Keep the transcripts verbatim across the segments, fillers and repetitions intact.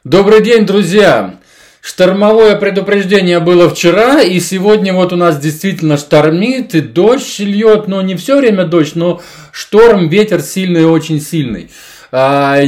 Добрый день, друзья! Штормовое предупреждение было вчера, и сегодня вот у нас действительно штормит, и дождь льет, но не все время дождь, но шторм, ветер сильный, очень сильный, а,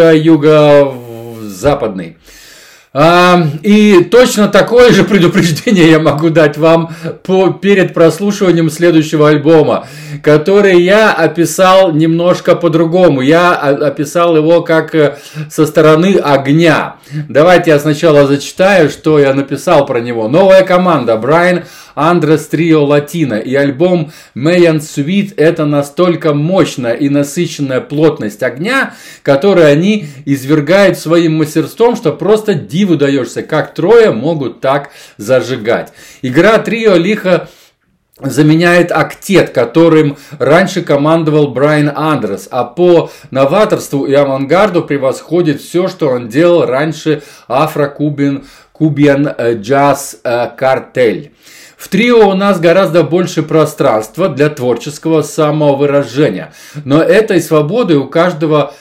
юго-юго-западный. А, и точно такое же предупреждение я могу дать вам по, перед прослушиванием следующего альбома, который я описал немножко по-другому. Я описал его как со стороны огня. Давайте я сначала зачитаю, что я написал про него. Новая команда Брайан Андрес Trio Latino и альбом Mayan Sweet — это настолько мощная и насыщенная плотность огня, которую они извергают своим мастерством, что просто диву даешься, как трое могут так зажигать. Игра трио лихо заменяет октет, которым раньше командовал Брайан Андрес, а по новаторству и авангарду превосходит все, что он делал раньше Афро-Кубин Кубиан Джаз Картель. В трио у нас гораздо больше пространства для творческого самовыражения, но этой свободы у каждого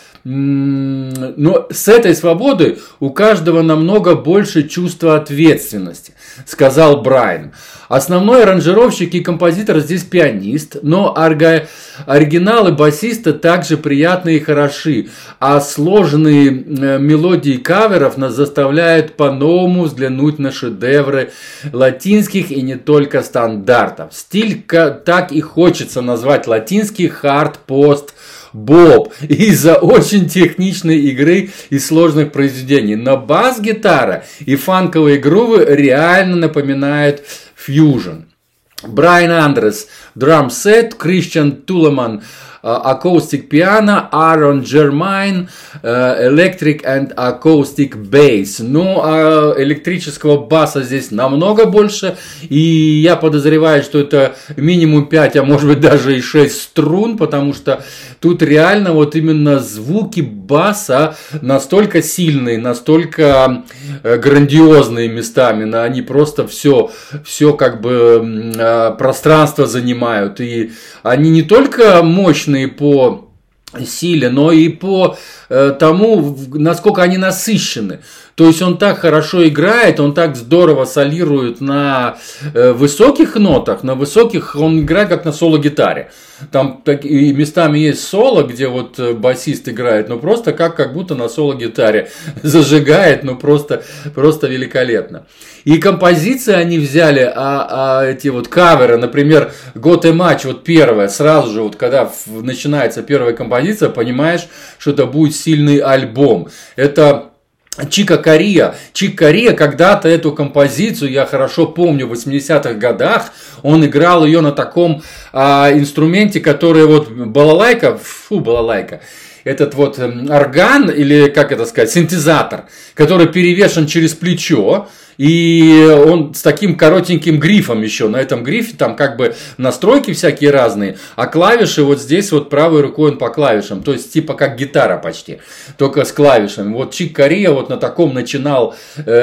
Но с этой свободой у каждого намного больше чувства ответственности, сказал Брайан. Основной аранжировщик и композитор здесь пианист, но орга... оригиналы басиста также приятные и хороши, а сложные мелодии каверов нас заставляют по-новому взглянуть на шедевры латинских и не только стандартов. Стиль так и хочется назвать латинский хард-пост Боб из-за очень техничной игры и сложных произведений. Но бас-гитара и фанковые грувы реально напоминают фьюжн. Брайан Андрес драм-сет, Кристиан Тулеман acoustic piano, Aaron Germain electric and acoustic bass. Ну, а электрического баса здесь намного больше, и я подозреваю, что это минимум пять, а может быть даже и шесть струн, потому что тут реально вот именно звуки баса настолько сильные, настолько грандиозные местами, они просто все, все как бы пространство занимают, и они не только мощные по силе, но и по э, тому, насколько они насыщены. То есть он так хорошо играет, он так здорово солирует на э, высоких нотах, на высоких он играет как на соло-гитаре. Там так, и местами есть соло, где вот басист играет, но просто как, как будто на соло-гитаре зажигает, ну просто, просто великолепно. И композиции они взяли, а, а эти вот каверы, например, Got a Match, вот первая, сразу же, вот когда начинается первая композиция, понимаешь, что это будет сильный альбом. Это Чика Кориа. Чик Кориа когда-то эту композицию, я хорошо помню, в восьмидесятых годах, он играл ее на таком а, инструменте, который вот балалайка, фу, балалайка, этот вот орган, или как это сказать, синтезатор, который перевешен через плечо, и он с таким коротеньким грифом еще. На этом грифе там как бы настройки всякие разные, а клавиши вот здесь вот правой рукой он по клавишам. То есть типа как гитара почти, только с клавишами. Вот Чик Кориа вот на таком начинал,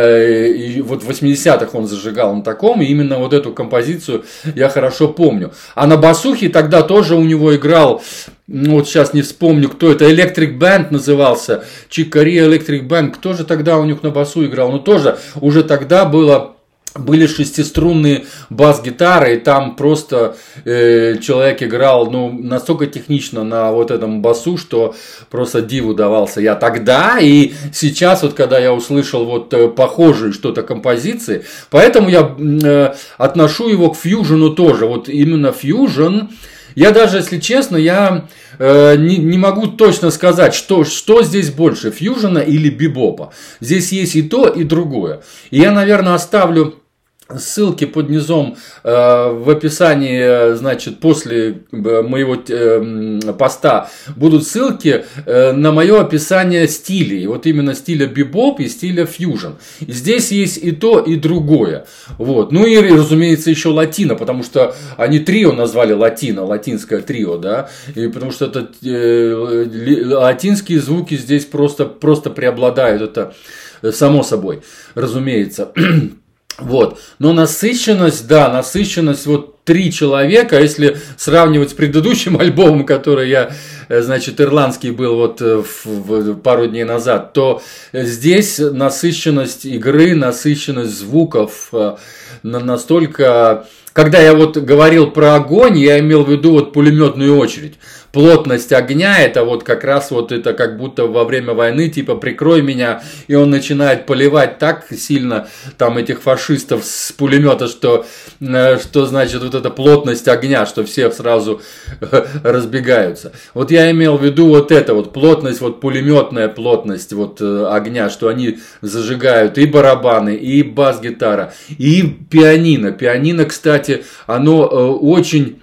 э, и вот в восьмидесятых он зажигал на таком, и именно вот эту композицию я хорошо помню. А на басухе тогда тоже у него играл, ну вот сейчас не вспомню, кто это, Electric Band назывался, Чик Кориа Electric Band, кто же тогда у них на басу играл, ну тоже уже тогда было, были шестиструнные бас-гитары, и там просто э, человек играл, ну, настолько технично на вот этом басу, что просто диву давался я тогда, и сейчас вот, когда я услышал вот э, похожие что-то композиции, поэтому я э, отношу его к фьюжену тоже, вот именно фьюжен. Я даже, если честно, я э, не, не могу точно сказать, что, что здесь больше, фьюжена или бибопа. Здесь есть и то, и другое. И я, наверное, оставлю ссылки под низом э, в описании, значит, после моего э, поста будут ссылки э, на мое описание стилей. Вот именно стиля бибоп и стиля фьюжн. И здесь есть и то, и другое. Вот. Ну и, разумеется, еще латино, потому что они трио назвали латино, латинское трио, да, и потому что это, э, латинские звуки здесь просто, просто преобладают, это само собой, разумеется. Вот. Но насыщенность, да, насыщенность вот три человека, если сравнивать с предыдущим альбомом, который я, значит, ирландский был вот в, в, пару дней назад, то здесь насыщенность игры, насыщенность звуков настолько... Когда я вот говорил про огонь, я имел в виду вот пулеметную очередь. Плотность огня, это вот как раз вот это как будто во время войны, типа прикрой меня, и он начинает поливать так сильно там этих фашистов с пулемета, что, что значит вот эта плотность огня, что все сразу разбегаются. Вот я имел в виду вот это вот плотность, вот пулеметная плотность вот огня, что они зажигают и барабаны, и бас-гитара, и пианино. Пианино, кстати, оно очень...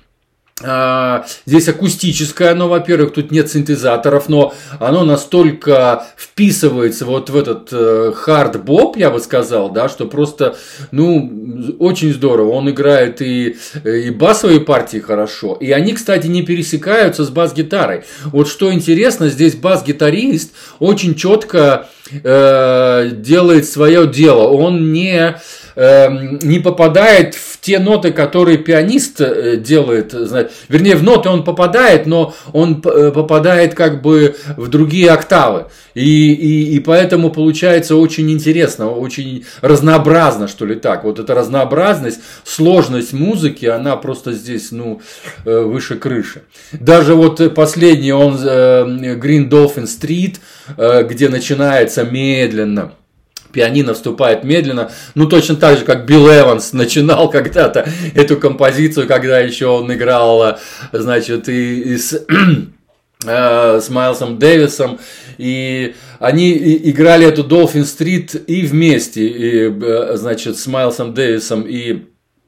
Здесь акустическое оно, во-первых, тут нет синтезаторов, но оно настолько вписывается вот в этот хард-боп, я бы сказал, да, что просто, ну, очень здорово. Он играет и, и басовые партии хорошо, и они, кстати, не пересекаются с бас-гитарой. Вот что интересно, здесь бас-гитарист очень четко э, делает свое дело. Он не... не попадает в те ноты, которые пианист делает, вернее, в ноты он попадает, но он попадает как бы в другие октавы, и, и, и поэтому получается очень интересно, очень разнообразно, что ли так, вот эта разнообразность, сложность музыки, она просто здесь, ну, выше крыши. Даже вот последний, он Green Dolphin Street, где начинается медленно, пианино вступает медленно, ну точно так же, как Билл Эванс начинал когда-то эту композицию, когда еще он играл, значит, и, и с, э, с Майлсом Дэвисом, и они и, играли эту Dolphin Street и вместе, и, значит, с Майлсом Дэвисом и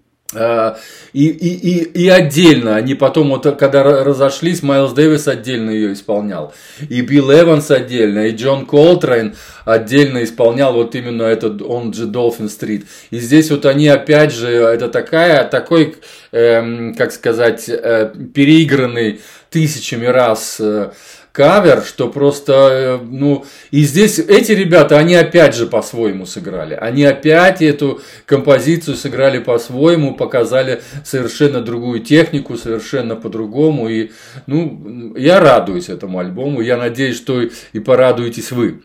И, и, и, и отдельно, они потом, вот, когда разошлись, Майлз Дэвис отдельно ее исполнял, и Билл Эванс отдельно, и Джон Колтрейн отдельно исполнял вот именно этот, он же Dolphin Street. И здесь вот они опять же, это такая, такой, э, как сказать, э, переигранный тысячами раз э, кавер, что просто, ну, и здесь эти ребята, они опять же по-своему сыграли. Они опять эту композицию сыграли по-своему, показали совершенно другую технику, совершенно по-другому. И, ну, я радуюсь этому альбому, я надеюсь, что и порадуетесь вы.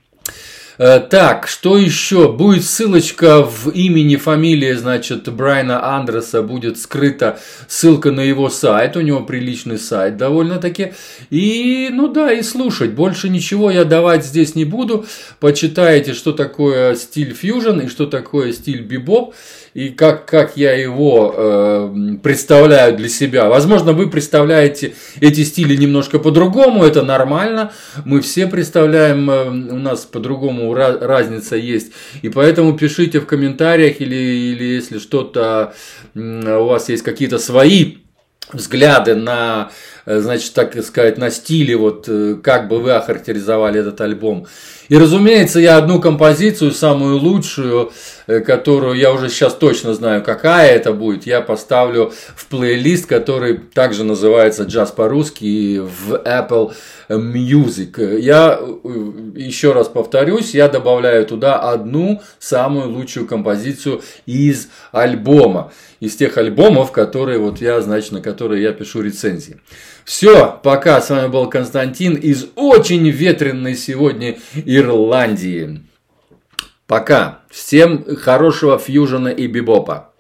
Так, что еще? Будет ссылочка в имени, фамилии, значит, Брайана Андерса, будет скрыта ссылка на его сайт, у него приличный сайт довольно-таки. И, ну да, и слушать. Больше ничего я давать здесь не буду. Почитайте, что такое стиль фьюжн и что такое стиль бибоп. И как, как я его э, представляю для себя. Возможно, вы представляете эти стили немножко по-другому, это нормально. Мы все представляем, э, у нас по-другому разница есть. И поэтому пишите в комментариях, или, или если что-то, э, у вас есть какие-то свои взгляды на, значит, так сказать, на стиле, вот как бы вы охарактеризовали этот альбом. И, разумеется, я одну композицию, самую лучшую, которую я уже сейчас точно знаю, какая это будет, я поставлю в плейлист, который также называется «Джаз по-русски» в Apple Music. Я еще раз повторюсь, я добавляю туда одну самую лучшую композицию из альбома. Из тех альбомов, которые вот я, значит, на которые я пишу рецензии. Все, пока. С вами был Константин из очень ветреной сегодня Ирландии. Пока. Всем хорошего фьюжена и бибопа.